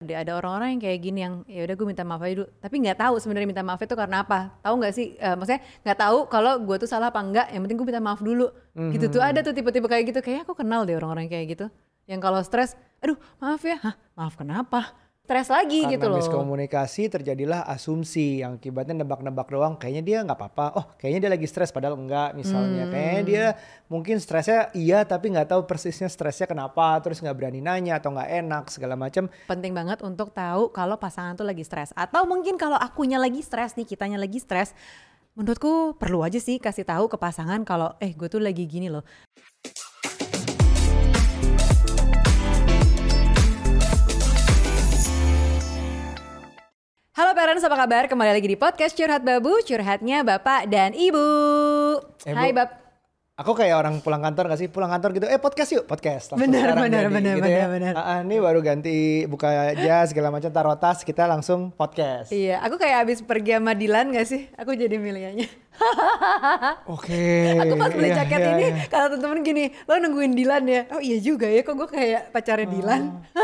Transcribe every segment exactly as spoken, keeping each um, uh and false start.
deh ada orang-orang yang kayak gini yang ya udah gue minta maaf aja dulu, tapi nggak tahu sebenarnya minta maaf itu karena apa. Tahu nggak sih? Uh, maksudnya nggak tahu kalau gue tuh salah apa enggak. Yang penting gue minta maaf dulu. Mm-hmm. Gitu tuh ada tuh tipe-tipe kayak gitu. Kayaknya aku kenal deh orang-orang kayak gitu. Yang kalau stres, aduh maaf ya, hah maaf kenapa? Stres lagi karena gitu loh. Karena miskomunikasi terjadilah asumsi yang akibatnya nebak-nebak doang. Kayaknya dia nggak apa-apa. Oh kayaknya dia lagi stres padahal enggak misalnya. Hmm. Kayaknya dia mungkin stresnya iya tapi nggak tahu persisnya stresnya kenapa. Terus nggak berani nanya atau nggak enak segala macam. Penting banget untuk tahu kalau pasangan tuh lagi stres. Atau mungkin kalau akunya lagi stres nih, kitanya lagi stres. Menurutku perlu aja sih kasih tahu ke pasangan kalau eh gue tuh lagi gini loh. Halo parents, apa kabar? Kembali lagi di podcast Curhat Babu, curhatnya Bapak dan Ibu. Eh, Hai Bu, Bab. Aku kayak orang pulang kantor gak sih? Pulang kantor gitu, eh podcast yuk, podcast. Langsung bener, sekarang bener, jadi, bener, gitu bener, ya. bener. Nah, ini baru ganti buka jas segala macam, taruh tas, kita langsung podcast. Iya, aku kayak abis pergi sama Dilan gak sih? Aku jadi milihnya. Oke. Okay, aku pas beli iya, jaket iya, ini, iya. kata temen-temen gini, lo nungguin Dilan ya? Oh iya juga ya, kok gue kayak pacarnya oh. Dilan.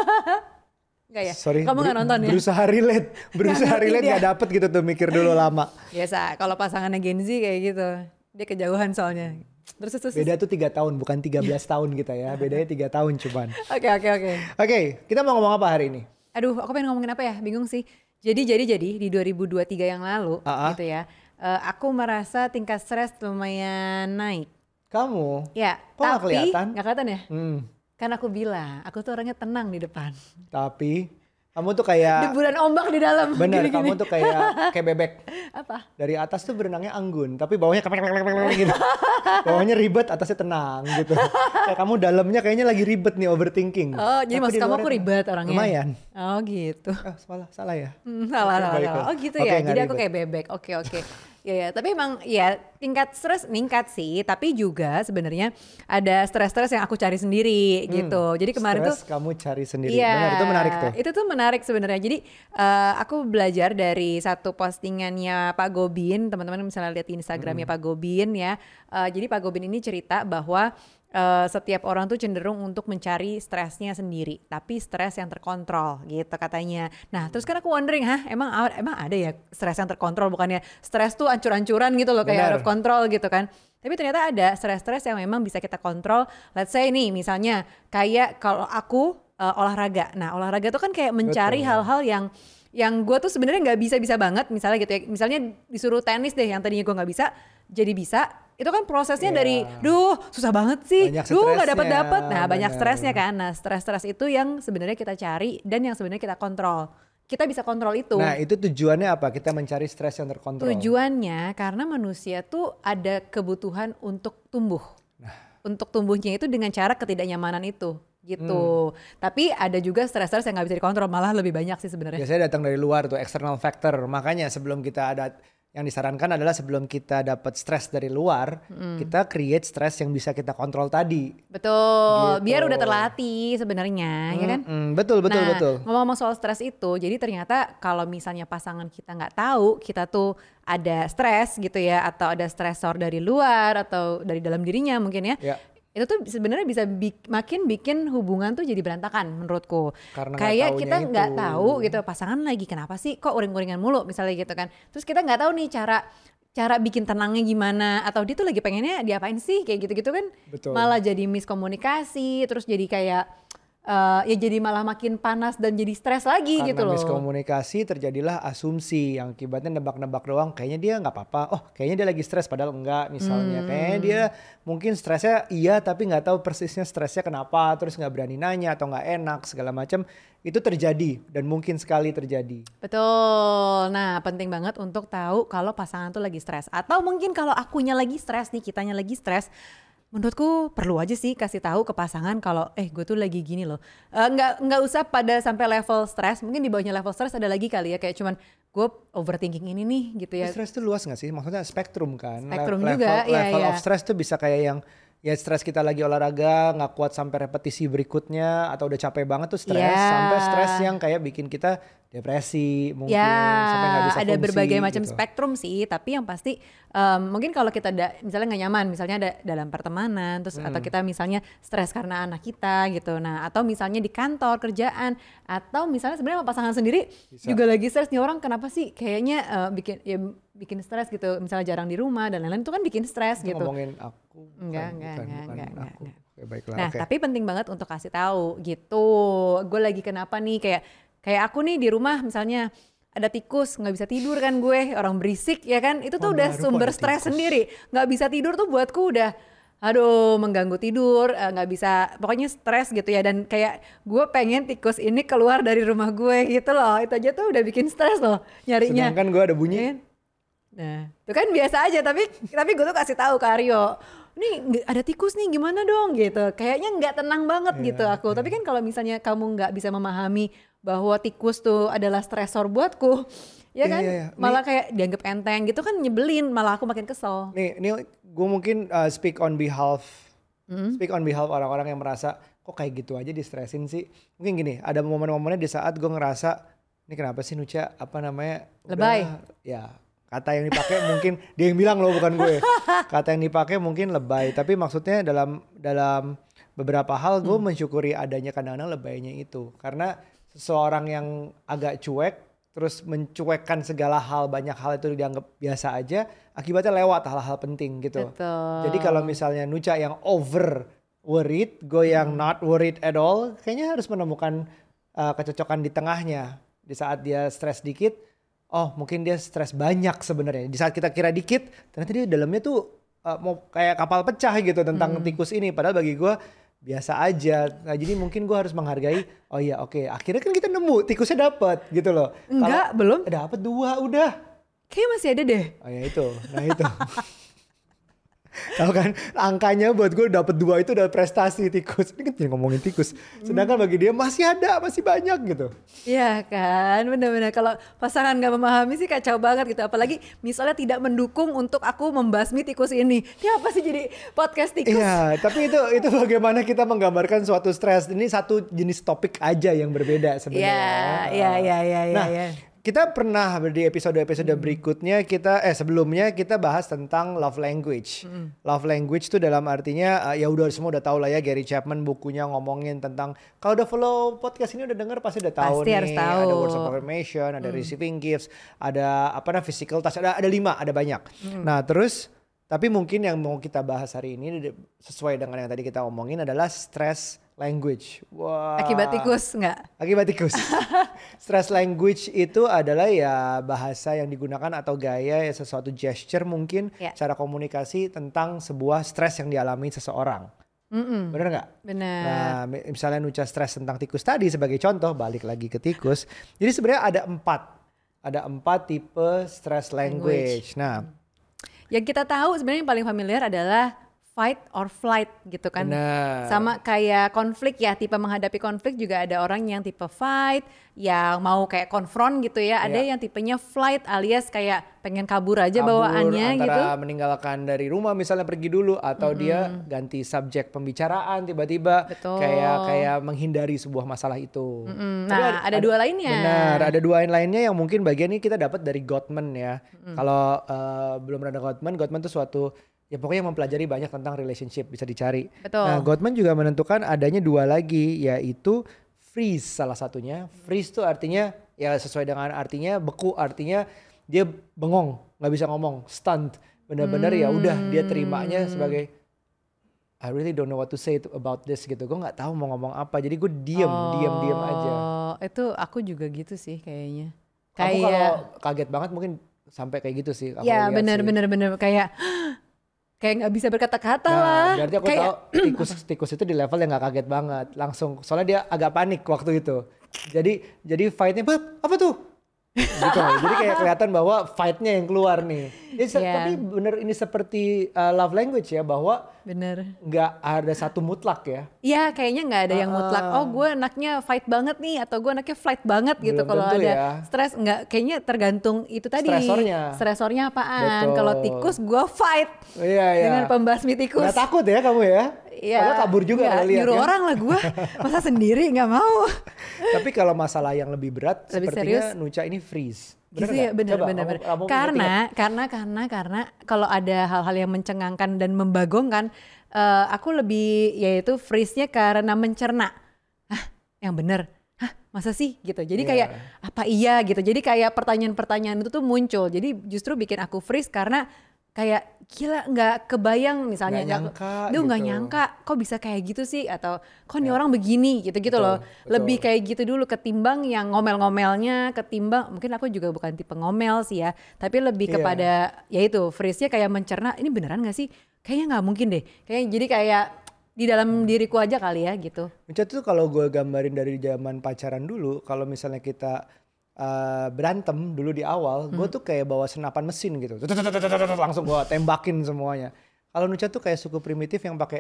Gak ya? Sorry, kamu ber- gak nonton ya? Berusaha relate, berusaha relate gak dapet gitu tuh, mikir dulu lama. Biasa, kalau pasangannya Gen Z kayak gitu, dia kejauhan soalnya. Terus, terus, beda tuh tiga tahun, bukan tiga belas tahun kita ya, bedanya tiga tahun cuman. Oke, oke, oke. Oke, kita mau ngomong apa hari ini? Aduh, aku pengen ngomongin apa ya? Bingung sih. Jadi, jadi, jadi di dua ribu dua puluh tiga yang lalu, uh-huh. gitu ya, uh, aku merasa tingkat stres lumayan naik. Kamu? Ya, kok tapi gak kelihatan? Gak kelihatan ya? Hmm. Kan aku bilang, aku tuh orangnya tenang di depan. Tapi kamu tuh kayak deburan ombak di dalam. Bener, gini, kamu gini. tuh kayak kayak bebek. Apa? Dari atas tuh berenangnya anggun, tapi bawahnya kepek-kepek gitu. Bawahnya ribet, atasnya tenang gitu. Kayak kamu dalamnya kayaknya lagi ribet nih, overthinking. Oh, jadi maksud kamu aku ribet orangnya? Lumayan. Oh gitu. Oh, salah, salah ya? Hmm, salah, salah, salah. Oh gitu okay, ya, jadi aku kayak bebek. Oke, oke. Ya, ya, tapi emang ya tingkat stres meningkat sih, tapi juga sebenarnya ada stres-stres yang aku cari sendiri hmm, gitu. Jadi kemarin stres tuh kamu cari sendiri. Iya, benar, itu menarik tuh. Itu tuh menarik sebenarnya. Jadi uh, aku belajar dari satu postingannya Pak Gobin, teman-teman misalnya lihat di Instagramnya hmm. Pak Gobin ya. Uh, jadi Pak Gobin ini cerita bahwa Uh, setiap orang tuh cenderung untuk mencari stresnya sendiri, tapi stres yang terkontrol gitu katanya. Nah terus kan aku wondering, hah emang emang ada ya stres yang terkontrol, bukannya stres tuh ancur-ancuran gitu loh, kayak out of control gitu kan. Tapi ternyata ada stres-stres yang memang bisa kita kontrol. Let's say nih misalnya kayak kalau aku uh, olahraga. Nah olahraga tuh kan kayak mencari Betul. hal-hal yang yang gue tuh sebenarnya nggak bisa-bisa banget, misalnya gitu ya. Misalnya disuruh tenis deh yang tadinya gue nggak bisa, jadi bisa. Itu kan prosesnya yeah. dari, duh susah banget sih, banyak duh nggak dapat dapat. Nah banyak bener. stresnya kan. Nah stres-stres itu yang sebenarnya kita cari dan yang sebenarnya kita kontrol. Kita bisa kontrol itu. Nah itu tujuannya apa? Kita mencari stres yang terkontrol. Tujuannya karena manusia tuh ada kebutuhan untuk tumbuh. Nah. Untuk tumbuhnya itu dengan cara ketidaknyamanan itu. Gitu. Hmm. Tapi ada juga stres-stres yang nggak bisa dikontrol, malah lebih banyak sih sebenarnya. Biasanya datang dari luar tuh, external factor. Makanya sebelum kita ada, yang disarankan adalah sebelum kita dapat stres dari luar, hmm. kita create stres yang bisa kita kontrol tadi. Betul. Gitu. Biar udah terlatih sebenarnya, hmm, ya kan? Hmm, betul, betul, nah, betul. Ngomong-ngomong soal stres itu, jadi ternyata kalau misalnya pasangan kita nggak tahu, kita tuh ada stres gitu ya, atau ada stresor dari luar atau dari dalam dirinya mungkin ya. Ya. Itu tuh sebenarnya bisa bi- makin bikin hubungan tuh jadi berantakan menurutku. Karena kayak kita nggak tahu gitu pasangan lagi kenapa sih kok uring-uringan mulu misalnya gitu kan. Terus kita nggak tahu nih cara cara bikin tenangnya gimana, atau dia tuh lagi pengennya diapain sih kayak gitu-gitu kan. Betul. Malah jadi miskomunikasi, terus jadi kayak Uh, ya jadi malah makin panas dan jadi stres lagi Karena gitu loh. Karena miskomunikasi terjadilah asumsi yang akibatnya nebak-nebak doang. Kayaknya dia nggak apa-apa. Oh, kayaknya dia lagi stres padahal enggak misalnya. Hmm. Kayaknya dia mungkin stresnya iya tapi nggak tahu persisnya stresnya kenapa. Terus nggak berani nanya atau nggak enak segala macam. Itu terjadi dan mungkin sekali terjadi. Betul. Nah penting banget untuk tahu kalau pasangan tuh lagi stres. Atau mungkin kalau akunya lagi stres nih, kitanya lagi stres. Menurutku perlu aja sih kasih tahu ke pasangan kalau eh gue tuh lagi gini loh. Uh, nggak nggak usah pada sampai level stres. Mungkin di bawahnya level stres ada lagi kali ya, kayak cuman gue overthinking ini nih gitu ya. Stres tuh luas nggak sih? Maksudnya spektrum kan. Spektrum Le- juga. Level, ya, level ya. of stress tuh bisa kayak yang ya stres kita lagi olahraga nggak kuat sampai repetisi berikutnya atau udah capek banget tuh stres Yeah. sampai stres yang kayak bikin kita depresi mungkin Ya, sampai nggak bisa ada fungsi berbagai macam gitu. spektrum sih, tapi yang pasti em, mungkin kalau kita da, misalnya nggak nyaman, misalnya ada dalam pertemanan, terus Hmm. atau kita misalnya stres karena anak kita gitu, nah atau misalnya di kantor kerjaan, atau misalnya sebenarnya sama pasangan sendiri Bisa. juga lagi stres nih orang kenapa sih kayaknya eh, bikin ya bikin stres gitu, misalnya jarang di rumah dan lain-lain itu kan bikin stres Itu gitu. ngomongin aku bukan, Enggak, enggak, bukan, enggak, bukan enggak, enggak, aku. enggak. Oke, baiklah, Nah, oke. tapi penting banget untuk kasih tahu gitu. Gue lagi kenapa nih kayak kayak aku nih di rumah misalnya ada tikus nggak bisa tidur kan gue orang berisik ya kan itu tuh Oh, udah baru kok sumber ada stres tikus. sendiri nggak bisa tidur tuh buatku udah aduh mengganggu tidur eh, nggak bisa pokoknya stres gitu ya dan kayak gue pengen tikus ini keluar dari rumah gue gitu loh itu aja tuh udah bikin stres loh nyarinya. Sedangkan gue ada bunyi. Iya kan? Nah, itu kan biasa aja tapi tapi gue tuh kasih tahu ke Aryo, nih nggak- ada tikus nih gimana dong gitu. Kayaknya nggak tenang banget Iya, gitu aku. iya. Tapi kan kalau misalnya kamu nggak bisa memahami bahwa tikus tuh adalah stresor buatku, ya Iya, kan? iya, iya. Malah kayak dianggap enteng gitu kan nyebelin, malah aku makin kesel. Nih, nih gue mungkin uh, speak on behalf, Hmm? speak on behalf orang-orang yang merasa kok kayak gitu aja distresin sih. Mungkin gini, ada momen-momennya di saat gue ngerasa, ini kenapa sih Nucha, apa namanya? Lebay. Udah, ya kata yang dipakai mungkin dia yang bilang loh bukan gue. Kata yang dipakai mungkin lebay, tapi maksudnya dalam dalam beberapa hal gue mensyukuri adanya kadang-kadang lebaynya itu, karena seseorang yang agak cuek terus mencuekkan segala hal, banyak hal itu dianggap biasa aja, akibatnya lewat hal-hal penting gitu. Betul. Jadi kalau misalnya Nucha yang over worried, gue yang not worried at all, kayaknya harus menemukan uh, kecocokan di tengahnya. Di saat dia stres dikit, oh mungkin dia stres banyak sebenarnya. Di saat kita kira dikit, ternyata dia dalamnya tuh uh, mau kayak kapal pecah gitu tentang tikus ini. Padahal bagi gue biasa aja. Nah, jadi mungkin gue harus menghargai. Oh iya, oke. Akhirnya kan kita nemu tikusnya dapet gitu loh. Enggak, belum. Dapat dua udah. Kayaknya masih ada deh. Oh ya itu, nah itu. Tahu kan angkanya buat gue dapet dua itu udah prestasi tikus. Ini kan jadi ngomongin tikus. Sedangkan bagi dia masih ada, masih banyak gitu. Iya kan, benar-benar kalau pasangan gak memahami sih kacau banget gitu. Apalagi misalnya tidak mendukung untuk aku membasmi tikus ini. Ini apa sih jadi podcast tikus? Iya, tapi itu itu bagaimana kita menggambarkan suatu stres. Ini satu jenis topik aja yang berbeda sebenarnya. Iya, iya, iya, iya, iya. Nah, iya. kita pernah di episode-episode berikutnya kita eh sebelumnya kita bahas tentang love language. Love language itu dalam artinya uh, ya udah semua udah tahu lah ya, Gary Chapman bukunya ngomongin tentang, kalau udah follow podcast ini udah denger pasti udah tahu Pasti nih. harus tahu. Ada words of affirmation, ada receiving gifts, ada apa namanya physical touch, ada ada lima, ada banyak. Nah, terus tapi mungkin yang mau kita bahas hari ini sesuai dengan yang tadi kita omongin adalah stress language. Wah. Akibat tikus nggak? Akibat tikus. Stress language itu adalah ya bahasa yang digunakan atau gaya ya sesuatu gesture mungkin Ya. cara komunikasi tentang sebuah stres yang dialami seseorang. Mm-mm. Bener nggak? Benar. Nah, mi- misalnya Nucha stres tentang tikus tadi sebagai contoh, balik lagi ke tikus. Jadi sebenarnya ada empat, ada empat tipe stress language. Nah, Yang kita tahu sebenarnya yang paling familiar adalah fight or flight gitu kan. benar. Sama kayak konflik ya, tipe menghadapi konflik juga ada orang yang tipe fight, yang mau kayak konfront gitu ya. Ada Iya. yang tipenya flight alias kayak pengen kabur aja Kabur bawaannya antara gitu. meninggalkan dari rumah misalnya pergi dulu, atau dia ganti subjek pembicaraan tiba-tiba, Betul. kayak kayak menghindari sebuah masalah itu. Mm, Tapi nah, ada dua lainnya. Benar, ada dua yang lainnya yang mungkin bagian ini kita dapat dari Gottman ya. Kalau eh, belum ada Gottman, Gottman itu suatu ya pokoknya mempelajari banyak tentang relationship, bisa dicari. Betul. Nah, Gottman juga menentukan adanya dua lagi, yaitu freeze salah satunya. Freeze itu artinya ya sesuai dengan artinya beku, artinya dia bengong, nggak bisa ngomong, stunned. Benar-benar ya udah dia terimanya sebagai I really don't know what to say to, about this gitu. Gue nggak tahu mau ngomong apa. Jadi gue diem, diem, diem aja. Oh, itu aku juga gitu sih kayaknya. Kamu kalau Kayak kaget banget mungkin sampai kayak gitu sih. aku ya lihat benar sih. benar benar kayak kayak nggak bisa berkata-kata Nah, lah. berarti aku kayak tahu tikus tikus itu di level yang nggak kaget banget. Langsung soalnya dia agak panik waktu itu. Jadi jadi fightnya, "Bab, apa tuh?" gitu. Jadi kayak kelihatan bahwa fight-nya yang keluar nih. Ya, se- Yeah. Tapi bener ini seperti uh, love language ya, bahwa Bener. nggak ada satu mutlak ya. Iya kayaknya nggak ada yang Ah, mutlak. ah. Oh gue anaknya fight banget nih atau gue anaknya flight banget gitu. Belum Kalau tentu ada ya. stres nggak, kayaknya tergantung itu tadi. Stresornya. Stresornya apaan? Betul. Kalau tikus gue fight Iya, iya. dengan pembasmi tikus. Nggak takut ya kamu ya? Iya. Padahal kabur juga Nggak, kalau lihat nyuruh kan. orang lah gue. Masa sendiri nggak mau. Tapi kalau masalah yang lebih berat, Lebih sepertinya serius? Nucha ini freeze. Gitu Bener ya, nggak? benar Coba, benar kamu- benar. kamu ngerti Karena nggak? karena karena karena kalau ada hal-hal yang mencengangkan dan membagongkan, eh, aku lebih yaitu freeze-nya karena mencerna. Hah, yang benar. Hah, masa sih gitu. Jadi Iya. kayak apa iya gitu. Jadi kayak pertanyaan-pertanyaan itu tuh muncul. Jadi justru bikin aku freeze karena kayak gila nggak kebayang misalnya Nggak nyangka duh nggak gitu. nyangka kok bisa kayak gitu sih atau kok nih orang begini gitu-gitu Betul, loh. betul. Lebih kayak gitu dulu ketimbang yang ngomel-ngomelnya, ketimbang mungkin aku juga bukan tipe ngomel sih ya, tapi lebih Iya. kepada ya itu freeze-nya kayak mencerna ini beneran gak sih? Kayaknya nggak mungkin deh. Kayak jadi kayak di dalam diriku aja kali ya gitu. Nucha tuh kalau gue gambarin dari zaman pacaran dulu, kalau misalnya kita uh, berantem dulu di awal, gue tuh kayak bawa senapan mesin gitu, langsung gue tembakin semuanya. Kalau Nucha tuh kayak suku primitif yang pakai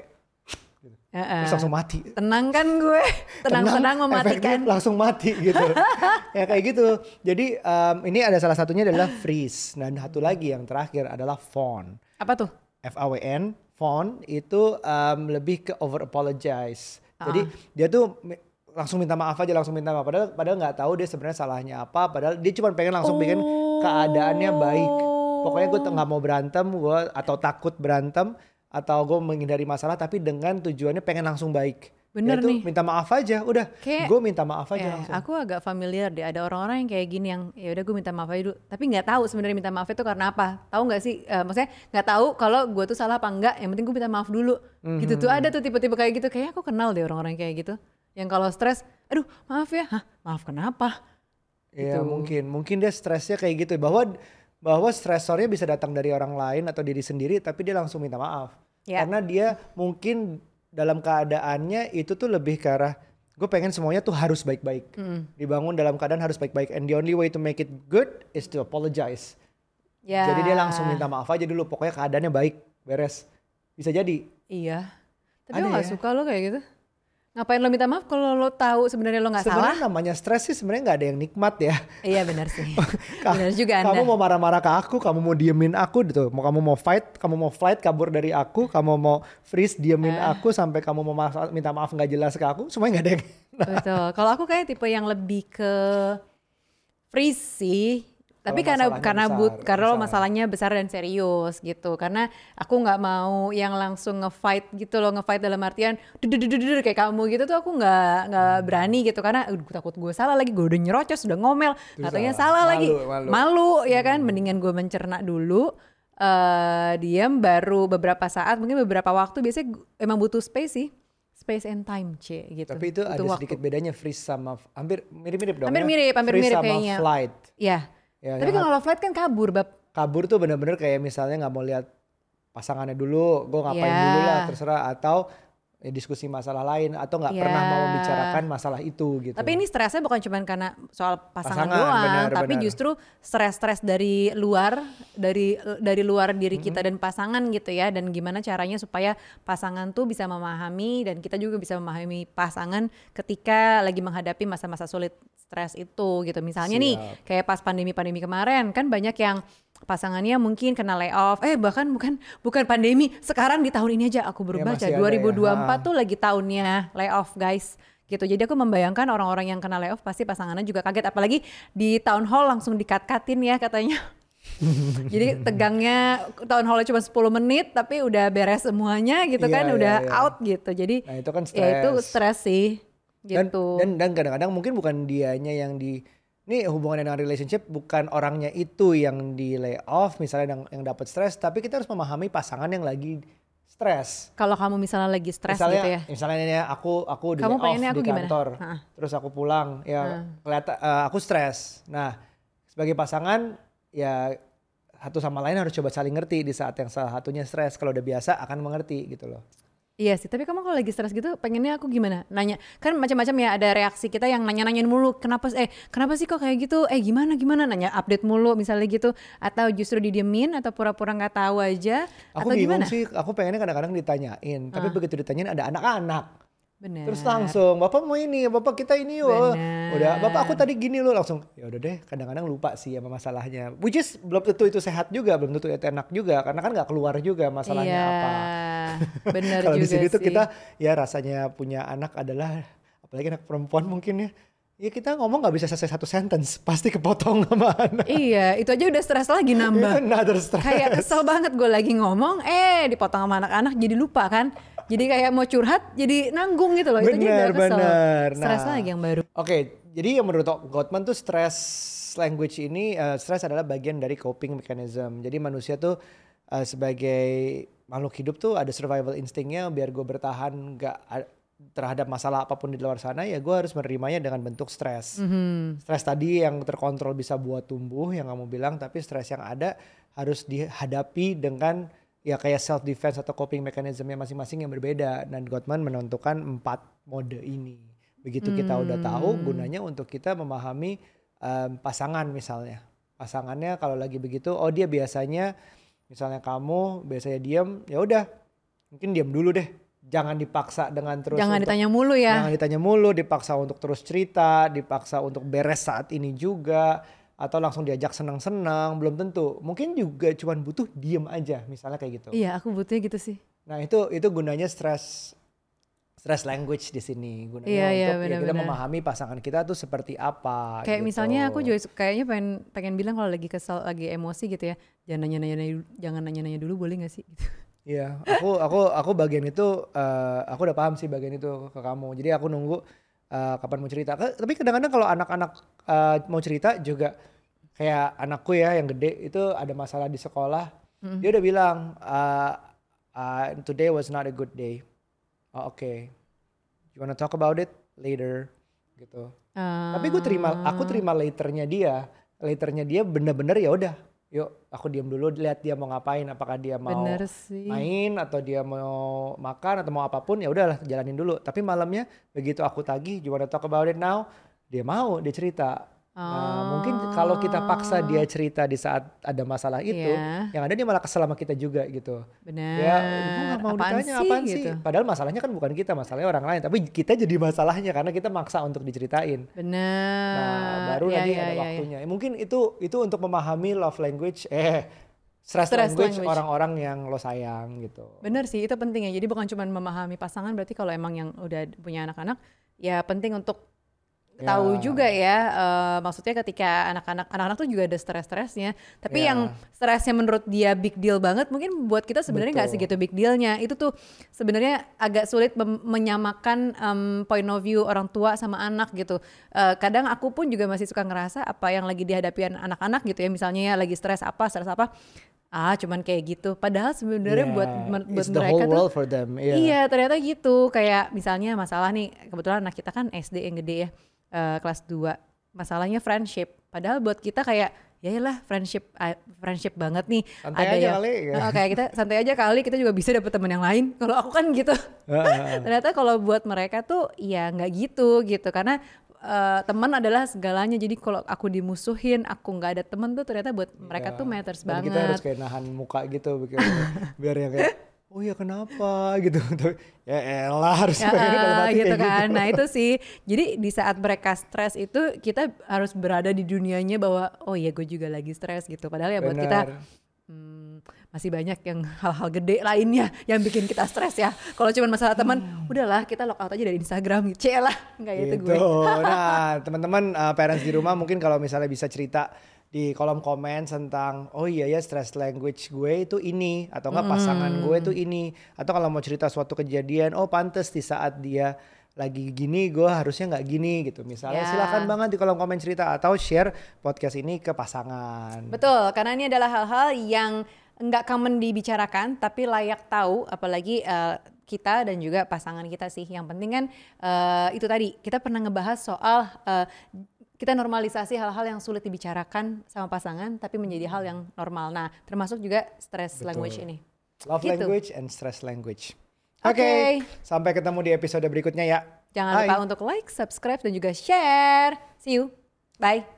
Heeh. terus langsung mati. Tenang kan gue, tenang-tenang mematikan. efektif, langsung mati gitu. Ya kayak gitu. Jadi um, ini ada salah satunya adalah freeze. Dan satu lagi yang terakhir adalah fawn. Apa tuh? F A W N, fawn itu um, lebih ke over apologize. Jadi dia tuh mi- langsung minta maaf aja, langsung minta maaf. Padahal padahal nggak tahu dia sebenarnya salahnya apa. Padahal dia cuma pengen langsung bikin keadaannya baik. Pokoknya gue nggak mau berantem, gue atau takut berantem atau gue menghindari masalah, tapi dengan tujuannya pengen langsung baik. Bener Yaitu nih. minta maaf aja, udah. Kayak- Gue minta maaf aja Ya, langsung. aku agak familiar deh. Ada orang-orang yang kayak gini yang ya udah gue minta maaf aja dulu. Tapi nggak tahu sebenarnya minta maaf itu karena apa. Tahu nggak sih? Eh, maksudnya nggak tahu kalau gue tuh salah apa enggak. Yang penting gue minta maaf dulu. Gitu tuh ada tuh tipe-tipe kayak gitu. Kayaknya aku kenal deh orang-orang kayak gitu. Yang kalau stres, aduh maaf ya. Hah, maaf kenapa? Iya gitu. mungkin, mungkin dia stresnya kayak gitu. Bahwa bahwa stresornya bisa datang dari orang lain atau diri sendiri, tapi dia langsung minta maaf. Ya. Karena dia mungkin dalam keadaannya itu tuh lebih ke arah gue pengen semuanya tuh harus baik-baik. Dibangun dalam keadaan harus baik-baik. And the only way to make it good is to apologize. Ya. Jadi dia langsung minta maaf aja dulu. Pokoknya keadaannya baik, beres. Bisa jadi. Iya. Tapi Ada lo nggak ya? suka lo kayak gitu? Ngapain lo minta maaf kalau lo tahu sebenarnya lo nggak salah? Sebenarnya namanya stres sih sebenarnya nggak ada yang nikmat ya. Iya benar sih. Ka- Benar juga Anda. Kamu mau marah-marah ke aku, kamu mau diemin aku gitu. Mau kamu mau fight, kamu mau flight kabur dari aku, kamu mau freeze diemin Eh. aku sampai kamu mau mas- minta maaf nggak jelas ke aku, semuanya nggak ada yang. Betul. Kalau aku kayak tipe yang lebih ke freeze sih. Tapi Kalau karena masalahnya karena besar, but karena masalah. masalahnya besar dan serius gitu. Karena aku nggak mau yang langsung ngefight gitu loh, ngefight dalam artian dududududur kayak kamu gitu tuh aku nggak nggak berani gitu karena uh, gue takut gue salah lagi, gue udah nyerocos, udah ngomel, katanya salah. salah, lagi, Malu, malu. malu ya kan. Mendingan gue mencerna dulu. eh diam baru beberapa saat, mungkin beberapa waktu, biasanya gu- emang butuh space sih, space and time c gitu. Tapi itu ada Butuh waktu. sedikit bedanya freeze sama hampir mirip-mirip dong. Hampir ya. mirip, hampir Freeze mirip sama kayaknya. flight. Iya. Ya, Tapi yang kalau flight kan kabur, Bab. kabur tuh bener-bener kayak misalnya nggak mau lihat pasangannya dulu, gue ngapain Ya. dulu lah terserah, atau ya, diskusi masalah lain atau nggak Ya. pernah mau membicarakan masalah itu gitu. Tapi ini stresnya bukan cuma karena soal pasangan, Pasangan, doang, benar, tapi benar. justru stres-stres dari luar, dari dari luar diri kita dan pasangan gitu ya. Dan gimana caranya supaya pasangan tuh bisa memahami dan kita juga bisa memahami pasangan ketika lagi menghadapi masa-masa sulit stres itu gitu. Misalnya nih Siap. kayak pas pandemi-pandemi kemarin kan banyak yang pasangannya mungkin kena layoff, eh bahkan bukan bukan pandemi, sekarang di tahun ini aja aku baru Ya, baca masih ada dua ribu dua puluh empat ya. tuh lagi tahunnya layoff guys gitu. Jadi aku membayangkan orang-orang yang kena layoff pasti pasangannya juga kaget, apalagi di town hall langsung dikat-katin ya katanya. Jadi tegangnya town hall cuma sepuluh menit tapi udah beres semuanya gitu Iya, kan, iya, udah iya. out gitu. Jadi Nah, itu kan ya itu stres. stres sih Dan, gitu. dan dan kadang-kadang mungkin bukan dianya yang di ini hubungannya dengan relationship, bukan orangnya itu yang di lay off misalnya yang, yang dapat stres, tapi kita harus memahami pasangan yang lagi stres. Kalau kamu misalnya lagi stres Misalnya, gitu ya. misalnya ini ya, aku aku di Kamu lay off pengennya di aku gimana? kantor, Ha-ha. terus aku pulang, ya kelihatan eh, aku stres. Nah, sebagai pasangan ya satu sama lain harus coba saling ngerti di saat yang salah satunya stres. Kalau udah biasa akan mengerti gitu loh. Iya sih, tapi kamu kalau lagi stres gitu pengennya aku gimana? Nanya, kan macam-macam ya ada reaksi kita yang nanya-nanyain mulu, kenapa eh kenapa sih kok kayak gitu? Eh gimana gimana nanya update mulu misalnya gitu, atau justru didiemin atau pura-pura nggak tahu aja Aku atau bingung gimana? sih, aku pengennya kadang-kadang ditanyain, tapi Ah, begitu ditanyain ada anak-anak. Terus benar, langsung, bapak mau ini, bapak kita ini, wah. Udah, bapak aku benar. tadi gini loh, langsung. Ya udah deh, kadang-kadang lupa sih sama masalahnya. Which is belum tentu itu sehat juga, belum tentu itu enak juga, karena kan nggak keluar juga Iya, masalahnya apa. benar Kalau di juga sini tuh sih. kita ya rasanya punya anak adalah, apalagi anak perempuan mungkin ya. Ya kita ngomong nggak bisa selesai satu sentence, pasti kepotong sama anak. Iya, itu aja udah stres lagi Itu nambah. another Kayak stress. kesel banget gue lagi ngomong, eh dipotong sama anak-anak jadi lupa kan. Jadi kayak mau curhat jadi nanggung gitu loh, itu aja udah Bener, kesel. bener. Stres Nah, lagi yang baru. oke, jadi yang menurut Gottman tuh stress language ini, eh, stress adalah bagian dari coping mechanism. Jadi manusia tuh eh, sebagai makhluk hidup tuh ada survival instingnya biar gue bertahan nggak a- terhadap masalah apapun di luar sana, ya gue harus menerimanya dengan bentuk stres. Mhm. Stres tadi yang terkontrol bisa buat tumbuh yang kamu bilang, tapi stres yang ada harus dihadapi dengan ya kayak self defense atau coping mechanismnya masing-masing yang berbeda, dan Gottman menentukan empat mode ini. Begitu kita udah tahu Hmm. gunanya untuk kita memahami em, pasangan misalnya. Pasangannya kalau lagi begitu, oh dia biasanya misalnya kamu biasanya diam, ya udah mungkin diam dulu deh. Jangan dipaksa dengan terus Jangan untuk ditanya mulu ya. jangan ditanya mulu, dipaksa untuk terus cerita, dipaksa untuk beres saat ini juga, atau langsung diajak senang-senang, belum tentu. Mungkin juga cuman butuh diem aja, misalnya kayak gitu. Iya, aku butuhnya gitu sih. Nah itu itu gunanya stress stress language di sini, gunanya Iya, iya, untuk ya kita benar-benar. memahami pasangan kita tuh seperti apa Kayak gitu. misalnya aku juga su- kayaknya pengen pengen bilang kalau lagi kesel, lagi emosi gitu ya, jangan nanya-nanya jangan nanya-nanya dulu boleh nggak sih? Gitu. Iya, aku aku aku bagian itu eh, aku udah paham sih bagian itu ke kamu. Jadi aku nunggu eh, kapan mau cerita. Ke- Tapi kadang-kadang kalau anak-anak eh, mau cerita juga, kayak anakku ya yang gede itu ada masalah di sekolah. Mm. Dia udah bilang eh, uh, today was not a good day. Oh, oke. Okay. You wanna talk about it later gitu. Tapi gue terima, aku Ah, terima laternya dia. Laternya dia bener-bener ya udah. Yuk, aku diam dulu lihat dia mau ngapain. Apakah dia mau bener sih. main atau dia mau makan atau mau apapun, ya udahlah jalanin dulu. Tapi malamnya begitu aku tagih, you wanna talk about it now? Dia mau, dia cerita. Nah, mungkin kalau kita paksa dia Ah, cerita di saat ada masalah itu, iya, yang ada dia malah kesel sama kita juga gitu. Ya, gue bener. gak mau Apaan ditanya sih apaan sih. gitu? Padahal masalahnya kan bukan kita, masalahnya orang lain. Tapi kita jadi masalahnya karena kita maksa untuk diceritain. Nah, Bener. baru Ya, nanti ya, ada ya, ya. waktunya. Ya, mungkin itu itu untuk memahami love language, eh stress Stress language language. orang-orang yang lo sayang gitu. Bener sih, itu penting ya. Jadi bukan cuma memahami pasangan, berarti kalau emang yang udah punya anak-anak, ya penting untuk tahu Ya, juga ya. eh, maksudnya ketika anak-anak anak-anak tuh juga ada stres-stresnya. Tapi yang ya, stresnya menurut dia big deal banget, mungkin buat kita sebenarnya nggak betul. segitu big dealnya. Itu tuh sebenarnya agak sulit mem- menyamakan em, point of view orang tua sama anak gitu. Eh, kadang aku pun juga masih suka ngerasa apa yang lagi dihadapi an- anak-anak gitu ya. Misalnya ya lagi stres apa, stres apa. Ah, cuman kayak gitu. Padahal sebenarnya buat Ya, men- buat it's the mereka whole tuh world for them. Iya. iya ternyata gitu. Kayak misalnya masalah nih, kebetulan anak kita kan S D yang gede ya, eh, kelas dua. Masalahnya friendship. Padahal buat kita kayak ya lah friendship ah, friendship banget nih. Santai Ada aja yang kali ya. oh, kayak kita santai aja kali, kita juga bisa dapet teman yang lain. Kalau aku kan gitu. Heeh. Ternyata kalau buat mereka tuh ya nggak gitu gitu, karena eh, teman adalah segalanya. Jadi kalau aku dimusuhin, aku nggak ada teman tuh ternyata buat mereka Ya, tuh matters dan kita harus banget. kayak nahan muka gitu biar, biar yang kayak oh ya kenapa gitu. Tapi, ya elah harus Ya, pengennya dalam eh, hati gitu kayak kan. gitu. Nah itu sih. Jadi di saat mereka stres itu kita harus berada di dunianya bahwa oh ya gue juga lagi stres gitu. Padahal ya buat kita Benar. hmm, masih banyak yang hal-hal gede lainnya yang bikin kita stres ya. Kalau cuma masalah teman, udahlah kita lock out aja dari Instagram gitu. Cih lah, enggak itu Gitu. gue. Nah, teman-teman uh, parents di rumah mungkin kalau misalnya bisa cerita di kolom komen tentang oh iya ya stress language gue itu ini, atau enggak pasangan gue itu ini, atau kalau mau cerita suatu kejadian, oh pantes di saat dia lagi gini gue harusnya nggak gini gitu misalnya, Ya. silakan banget di kolom komen cerita atau share podcast ini ke pasangan. Betul, karena ini adalah hal-hal yang enggak common dibicarakan tapi layak tahu, apalagi eh, kita dan juga pasangan kita sih. Yang penting kan eh, itu tadi kita pernah ngebahas soal eh, kita normalisasi hal-hal yang sulit dibicarakan sama pasangan tapi menjadi hal yang normal. Nah, termasuk juga stress Betul. language ini. Love Gitu. language and stress language. Oke, okay. Okay. Sampai ketemu di episode berikutnya ya. Jangan Bye. lupa untuk like, subscribe, dan juga share. See you. Bye.